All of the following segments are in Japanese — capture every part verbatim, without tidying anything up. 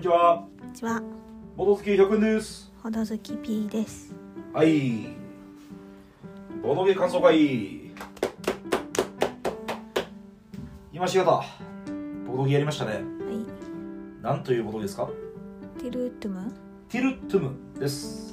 ちは。 こんにちは。 ボド好きひゃくえんです。 ほど好き P です。 はい。ボドゲ感想会。今しがた。ボドゲやりましたね。はい。なんというボドゲですか？ ティルトゥム。 ティルトゥムです。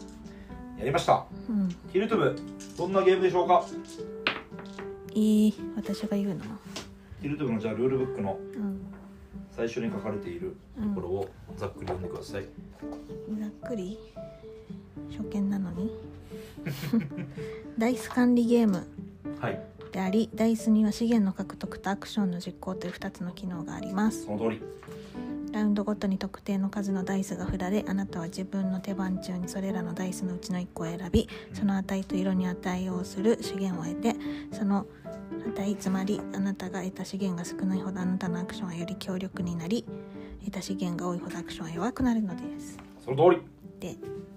やりました。 うん。 ティルトゥム、どんなゲームでしょうか？ えー、私が言うの？ ティルトゥムのじゃあルールブックのうん最初に書かれているところをざっくり読んでください。 うん、ざっくり初見なのにダイス管理ゲームであり、はい、ダイスには資源の獲得とアクションの実行というふたつの機能があります。 その通り。 ラウンドごとに特定の数のダイスが振られ、あなたは自分の手番中にそれらのダイスのうちのいっこを選び、その値と色に値をする資源を得て、その値、つまりあなたが得た資源が少ないほどあなたのアクションはより強力になり、得た資源が多いほどアクションは弱くなるのです。 その通りで、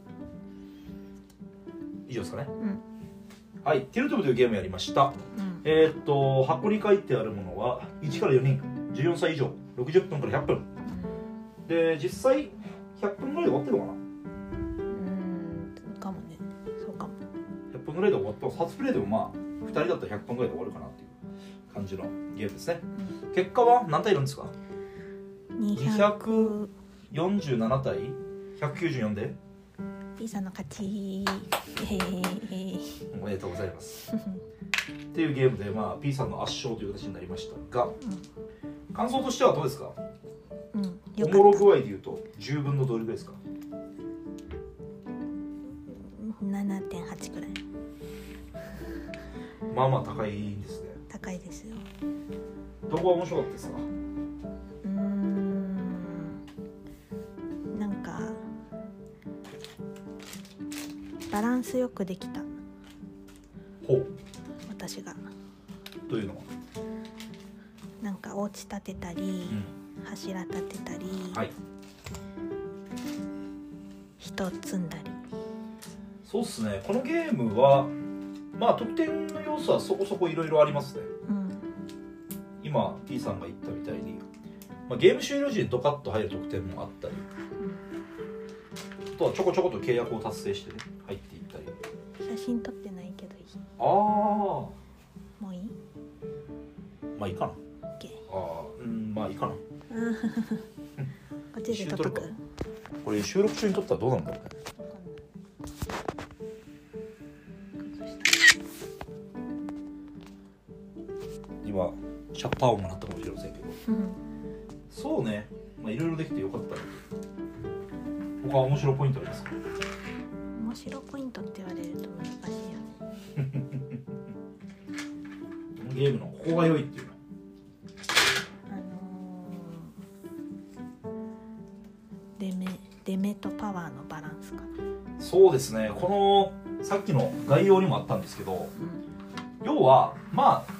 以上ですかね。 うん、 はい、ティルトゥムというゲームやりました。うん、えー、っと箱に書いてあるものはいちからよにん、じゅうよんさい以上、ろくじゅっぷんからひゃっぷん、うん、で実際ひゃっぷんぐらいで終わってるのかな。うーん、かもね。そうかも。 ひゃっぷんぐらいで終わった。初プレイでもまあふたりだったらひゃっぷんぐらいで終わるかなっていう感じのゲームですね。うん、結果は何対いるんですか？にひゃくよんじゅうななたいひゃくきゅうじゅうよんで P さんの勝ち。 おめでとうございますっていうゲームで、まあ、P さんの圧勝という形になりましたが、うん、感想としてはどうですか？うん、おもろ具合でいうとじゅうぶんのどれぐらいですか？ ななてんはち くらい。 まあまあ高いんですね。 高いですよ。 どこが面白かったですか？ うーん、なんかバランスよくできた。 ほう。 私がというのはなんかお家建てたり、うん、柱立てたり、はい、人積んだり。 そうっすね。このゲームはまあ得点の要素はそこそこいろいろありますね。うん、今 P さんが言ったみたいに、まあ、ゲーム終了時にドカッと入る得点もあったり、うん、あとはちょこちょこと契約を達成してね入っていったり。 写真撮ってないけどいい？ ああ、 もういい？ まあいいかな。 OK。 ああ、うん、まあいいかな。こっちで撮っとく。 これ収録中に撮ったらどうなんだろうね。今シャッター音が鳴ったかもしれませんけど、うん、そうね、まあいろいろできてよかったので。他面白いポイントありますか？ 面白いポイントって言われると難しいよね。 このゲームのここが良いっていうのは、 あのー、デメデメとパワーのバランスかな。 そうですね。このさっきの概要にもあったんですけど、うん、要はまあ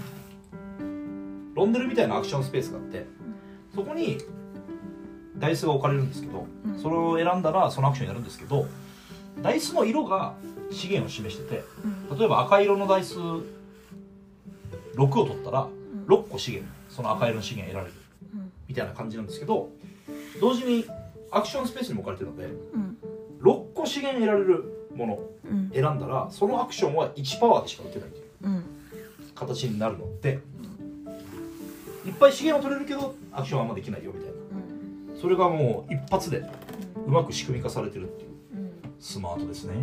ロンデルみたいなアクションスペースがあって、うん、そこにダイスが置かれるんですけど、うん、それを選んだらそのアクションになるんですけど、ダイスの色が資源を示してて、うん、例えば赤色のダイスろくを取ったらろっこ資源、その赤色の資源得られる、うん、みたいな感じなんですけど、同時にアクションスペースにも置かれてるので、うん、ろっこ資源得られるものを選んだら、そのアクションはいちパワーでしか打てないという形になるので、いっぱい資源を取れるけどアクションはあんまできないよみたいな、うん、それがもう一発でうまく仕組み化されてるっていう、うん、スマートですね。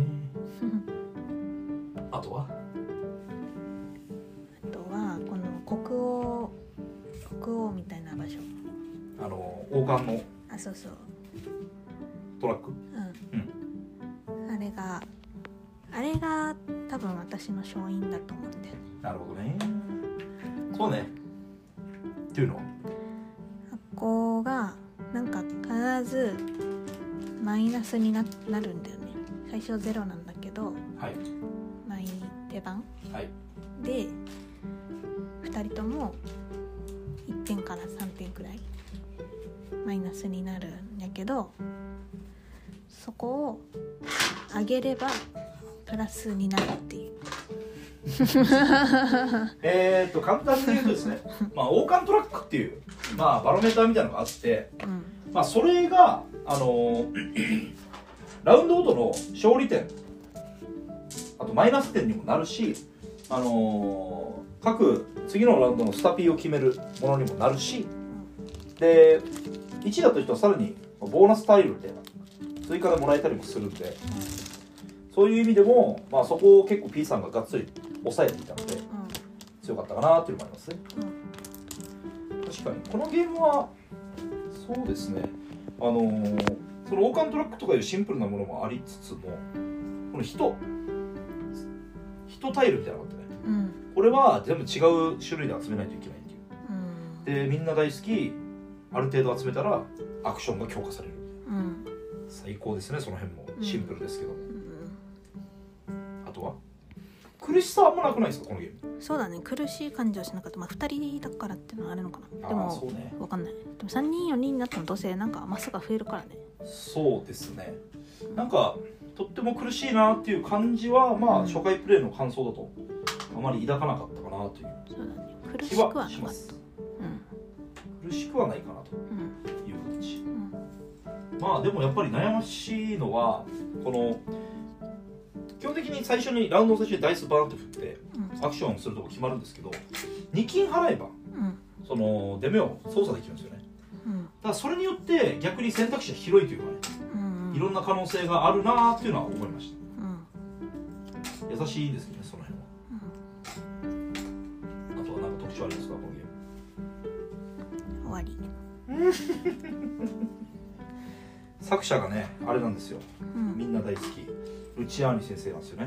あとはあとはこの国王国王みたいな場所、 あの王冠のあそうそうトラック、うんうん、あれがあれが多分私の勝因だと思うんだよね。 なるほどね、うん、そうね。っていうのはここがなんか必ずマイナスに な, なるんだよね。最初ゼロなんだけど、はい、マイ手番、はい、でふたりともいってんからさんてんくらいマイナスになるんやけど、そこを上げればプラスになるっていうえっと簡単に言うとですね、まあ、王冠トラックっていう、まあ、バロメーターみたいなのがあって、うん、 まあそれがあのー、ラウンドごとの勝利点、あとマイナス点にもなるし、あのー、各次のラウンドのスタピーを決めるものにもなるし、でいちだった人はさらにボーナスタイルみたいな追加でもらえたりもするんで、そういう意味でも、まあ、そこを結構 P さんががっつり抑えていたので、うん、強かったかなっていうのもありますね、うん、確かにこのゲームはそうですね、あのー、そのオーカントラックとかいうシンプルなものもありつつも、この人人タイルみたいなのがあってね、うん、これは全部違う種類で集めないといけないっていう、うん、でみんな大好き、ある程度集めたらアクションが強化される、うん、最高ですね。その辺もシンプルですけど、うん、あとは苦しさあんまなくないですかこのゲーム。 そうだね、苦しい感じはしなかった。まあふたりだからっていうのはあるのかな。でもそうね、 分かんない。でもさんにんよにんになってもどうせなんかマスが増えるからね。 そうですね、なんかとっても苦しいなっていう感じは、まあ、うん、初回プレイの感想だとあまり抱かなかったかなというそうだね、苦しくはなかった。 うん、苦しくはないかなという感じ、うんうん、まあでもやっぱり悩ましいのはこの基本的に最初にラウンドの最初にダイスバーンって振って、うん、アクションするとこ決まるんですけど、に金払えば、うん、その出目を操作できるんですよね、うん、だからそれによって逆に選択肢が広いというかね、うんうん、いろんな可能性があるなっていうのは思いました、うん、優しいですねその辺は、うん、あとは何か特徴ありますかこのゲーム。 終わり作者がねあれなんですよ、うん、みんな大好きルチアーニ先生なんですよね、うん、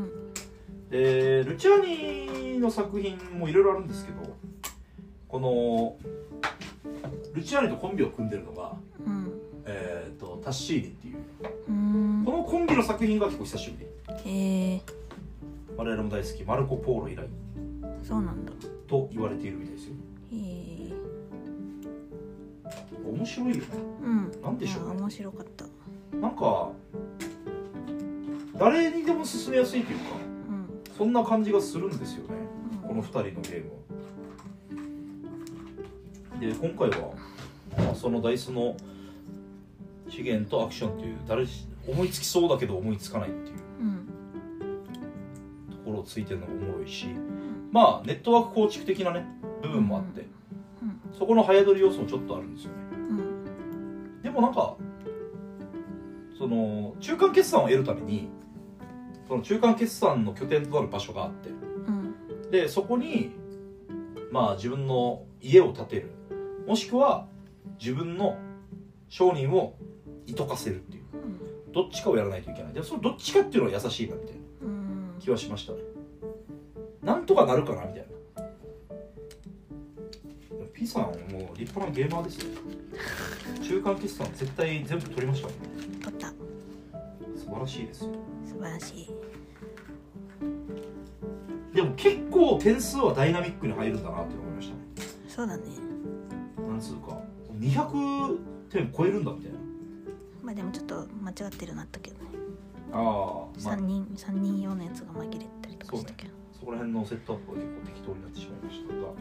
でルチアーニの作品もいろいろあるんですけど、このルチアーニとコンビを組んでるのが、うん、えー、とタッシーニっていう、うん、このコンビの作品が結構久しぶり、えー、我々も大好きマルコ・ポーロ以来そうなんだと言われているみたいですよ。へー、面白いよね、うん、なんでしょうね、 面白かった。 なんか誰にでも進めやすいというか、うん、そんな感じがするんですよね、うん、このふたりのゲームは。で今回は、まあ、そのダイスの資源とアクションっていう誰思いつきそうだけど思いつかないっていう、うん、ところをついてるのがおもろいし、まあネットワーク構築的なね部分もあって、うんうん、そこの早取り要素もちょっとあるんですよね、うん、でもなんかその中間決算を得るためにその中間決算の拠点となる場所があって、うん、でそこにまあ自分の家を建てる、もしくは自分の商人をいとかせるっていう、うん、どっちかをやらないといけない。でそのどっちかっていうのは優しいなみたいな気はしましたね、うん、なんとかなるかなみたいな。P さんもう立派なゲーマーですよ中間決算絶対全部取りましたもんね。 取った。 素晴らしいですよ。 素晴らしい。 でも結構点数はダイナミックに入るんだなって思いましたね。 そうだね。 なんつうかにひゃくてん超えるんだみたいな。 まあでもちょっと間違ってるなったけどね。 ああ、まあ、 さんにんさんにん用のやつが紛れたりとかしたけど、 そ,、ね、そこら辺のセットアップは結構適当になってしまいま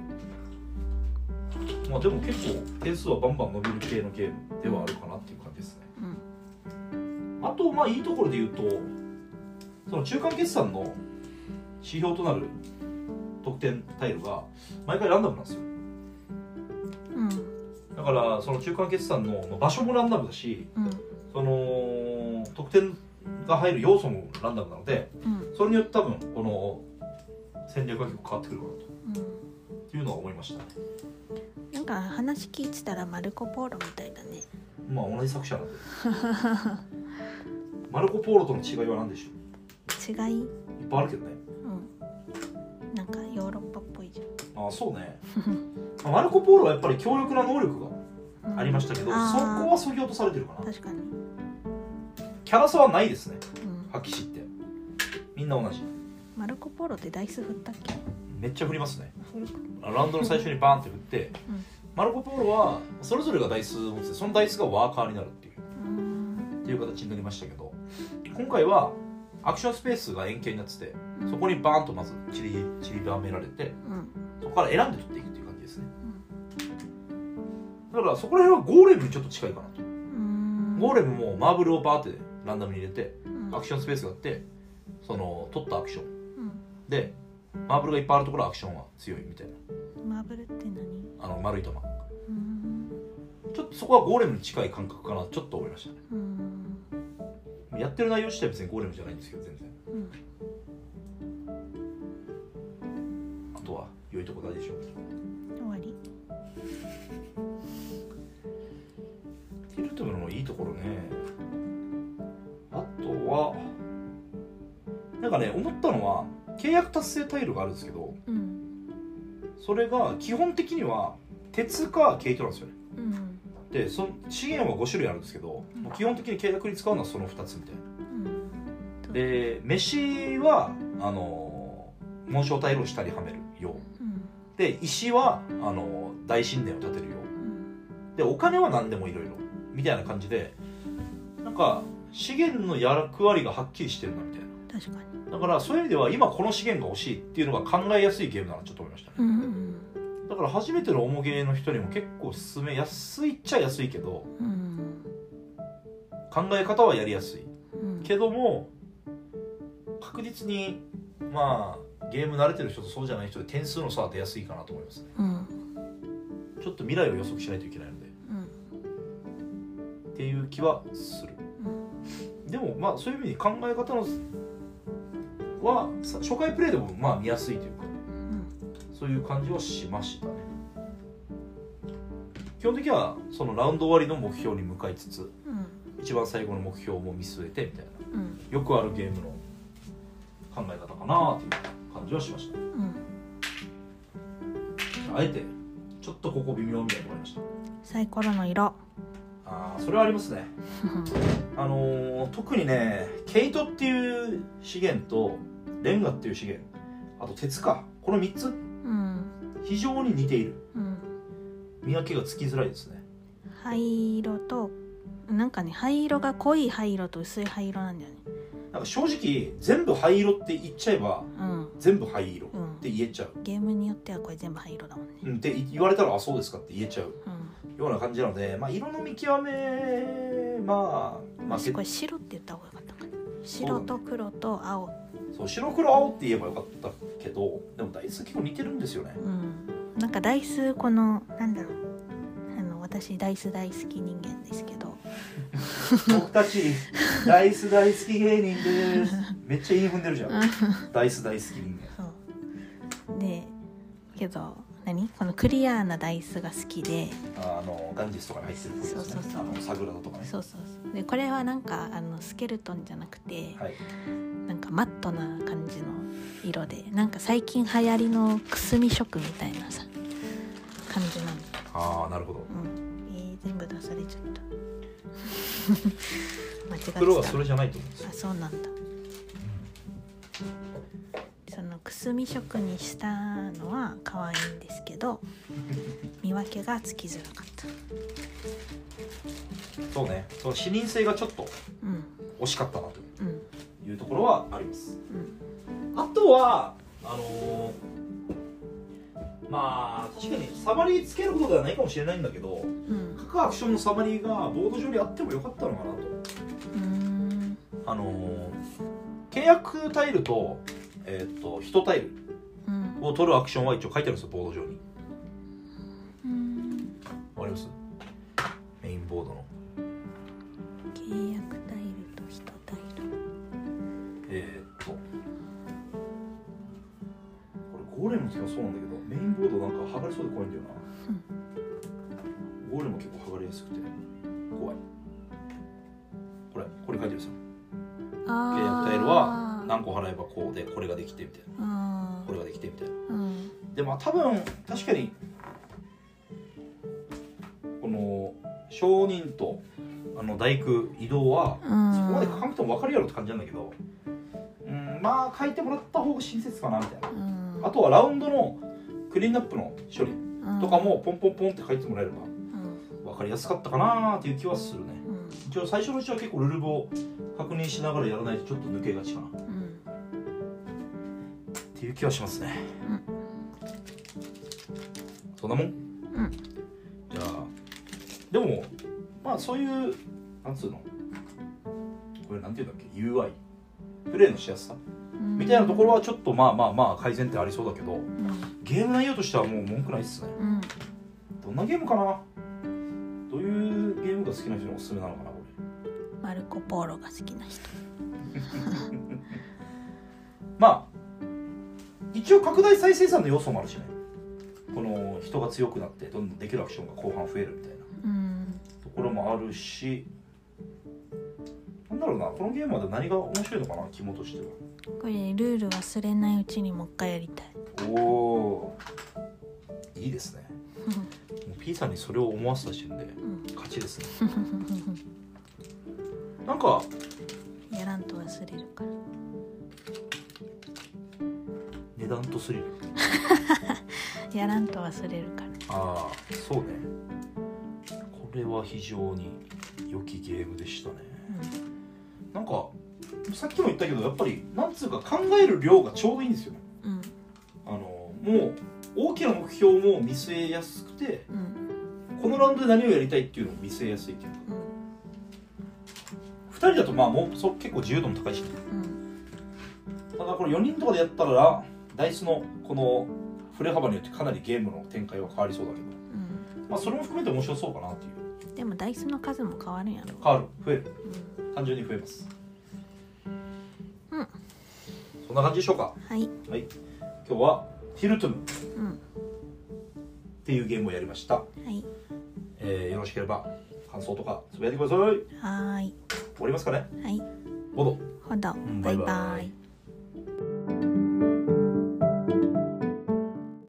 したが、まあでも結構点数はバンバン伸びる系のゲームではあるかなっていう感じですね、うん、あとまあいいところで言うとその中間決算の指標となる得点タイルが毎回ランダムなんですよ、うん、だからその中間決算の場所もランダムだし、うん、その得点が入る要素もランダムなので、うん、それによって多分この戦略が結構変わってくるかなと、うん、っていうのは思いましたね。 なんか話聞いてたらマルコ・ポーロみたいだね。 まあ同じ作者なんでマルコ・ポーロとの違いは何でしょう。違いいっぱいあるけどね、 うん、なんかヨーロッパっぽいじゃん。 ああそうねマルコ・ポーロはやっぱり強力な能力がありましたけど、うん、そこは削ぎ落とされてるかな。 確かにキャラ差はないですね、うん、発揮してみんな同じ。 マルコ・ポーロってダイス振ったっけ。 めっちゃ振りますね。ラウンドの最初にバーンって振って、うん、マルコ・ポーロはそれぞれがダイスを持っててそのダイスがワーカーになるっていう、うん、っていう形になりましたけど、今回はアクションスペースが円形になってて、うん、そこにバーンとまず散り散りばめられて、うん、そこから選んで取っていくっていう感じですね、 だからそこら辺はゴーレムにちょっと近いかなと。ゴーレムもマーブルをバーってランダムに入れて、アクションスペースがあって、その取ったアクション、うん、でマーブルがいっぱいあるところはアクションは強いみたいな。 マーブルって何？ あの丸い球。ちょっとそこはゴーレムに近い感覚かなちょっと思いましたね。うん、やってる内容自体は別にゴーレムじゃないんですけど全然、うん、あとは良いとこないでしょう。 終わり。 ティルトムのいいところね。あとはなんかね思ったのは契約達成タイルがあるんですけど、うん、それが基本的には鉄か毛糸なんですよね。うん、でその資源はご種類あるんですけど、うん、基本的に契約に使うのはそのふたつみたいな。うん、で飯はあの紋章タイルを下にはめるよう、うん、で石はあの大神殿を建てるよう、うん、でお金は何でもいろいろみたいな感じでなんか資源の役割がはっきりしてるなみたいな。 確かに。 だからそういう意味では今この資源が欲しいっていうのが考えやすいゲームだなちょっと思いましたね。うんうん、だから初めての重ゲーの人にも結構進めやすいっちゃ安いけど、うん、考え方はやりやすい、うん、けども確実にまあゲーム慣れてる人とそうじゃない人で点数の差は出やすいかなと思いますね。うん、ちょっと未来を予測しないといけないので、うん、っていう気はする。うん、でもまあそういう意味に考え方のは初回プレイでもまあ見やすいというか、うん、そういう感じはしましたね。基本的にはそのラウンド終わりの目標に向かいつつ、うん、一番最後の目標も見据えてみたいな、うん、よくあるゲームの考え方かなという感じはしました、うん、あえてちょっとここ微妙みたいなところありました。 サイコロの色。 ああそれはありますねあのー、特にね毛糸っていう資源とレンガっていう資源、あと鉄か、このみっつ、うん、非常に似ている、うん、見分けがつきづらいですね。 灰色となんかね灰色が濃い灰色と薄い灰色なんだよね。 なんか正直全部灰色って言っちゃえば、うん、全部灰色って言えちゃう、 うん、ゲームによってはこれ全部灰色だもんね、 うん、って言われたらあそうですかって言えちゃう、うん、ような感じなので、まあ、色の見極めまあ、まあ、 これ白って言った方がよかったかな。白と黒と青。 そう白黒青って言えばよかったけど、でもダイス結構似てるんですよね、 うん、なんかダイスこのなんだろうあの私ダイス大好き人間ですけど僕たちダイス大好き芸人ですめっちゃ言い踏んでるじゃんダイス大好き人間。 そうでけど何このクリアなダイスが好きで、 あのガンジスとかに入ってる、ね、そうそうそう、あのサグラダとかね。 そうそうそうでこれはなんかあのスケルトンじゃなくて、はい、なんかマットな感じの色でなんか最近流行りのくすみ色みたいなさ感じなの。 ああなるほど、 うんえー、全部出されちゃった間違ってた。 黒はそれじゃないと思うんですよ。 あそうなんだ、うん、そのくすみ色にしたのは可愛いんですけど見分けがつきづらかった。 そうね、その視認性がちょっと惜しかったなというところはあります、うん、あとはあのー、まあ確かにサマリーつけることではないかもしれないんだけど、うん、各アクションのサマリーがボード上にあってもよかったのかなと。うーんあのー、契約タイルと、えー、っと人タイルを取るアクションは一応書いてあるんですよボード上に。わかります？メインボードの契約タイルと人タイル。 えー、っとこれゴーレムの時はそうなんだけどメインボードなんか剥がれそうで怖いんだよな、うん、ゴーレム結構剥がれやすくて怖い。これこれ書いてるんですよ。契約タイルは何個払えばこうでこれができてみたいな、これができてみたいな、うん、でまあ多分確かにこの商人とあの大工移動はそこまで書かなくても分かるやろって感じなんだけど、うん、まあ書いてもらった方が親切かなみたいな、うん、あとはラウンドのクリーンアップの処理とかもポンポンポンって書いてもらえれば分かりやすかったかなっていう気はするね、うん、一応最初のうちは結構ルールブを確認しながらやらないとちょっと抜けがちかな、うん、っていう気はしますね、うん、そんなもん、うん、じゃあでもまあそういうなんつうのこれなんていうんだっけ ユーアイ プレイのしやすさみたいなところはちょっとまあまあまあ改善点ありそうだけど、うん、ゲーム内容としてはもう文句ないっすね、うん、どんなゲームかな。どういうゲームが好きな人におすすめなのかな。これマルコ・ポーロが好きな人まあ一応拡大再生産の要素もあるしね。この人が強くなってどんどんできるアクションが後半増えるみたいな、うん、ところもあるし、なんだろうな、このゲームは何が面白いのかな、肝としては。 これルール忘れないうちにもう一回やりたい。 おおいいですねもう P さんにそれを思わせた時点で勝ちですねなんかやらんと忘れるから。 値段とスリルやらんと忘れるから。 ああそうね。これは非常に良きゲームでしたね、うん、なんかさっきも言ったけどやっぱりなんつうか考える量がちょうどいいんですよね、うん、あのもう大きな目標も見据えやすくて、うん、このラウンドで何をやりたいっていうのを見据えやすいっていうか、うん、ふたりだとまあもうそ結構自由度も高いし、ね、うん、ただこれよにんとかでやったらダイスのこの振れ幅によってかなりゲームの展開は変わりそうだけど、うん、まあそれも含めて面白そうかなっていう。 でもダイスの数も変わるんやろ。 変わる、増える、うん、単純に増えます。うん、そんな感じでしょうか。 はい、 はい、今日はティルトゥム、うん、っていうゲームをやりました、はい、えー、よろしければ感想とかつぶやいてください。 はい、 終わりますかね。 はい、 ボドほど、バイバイ。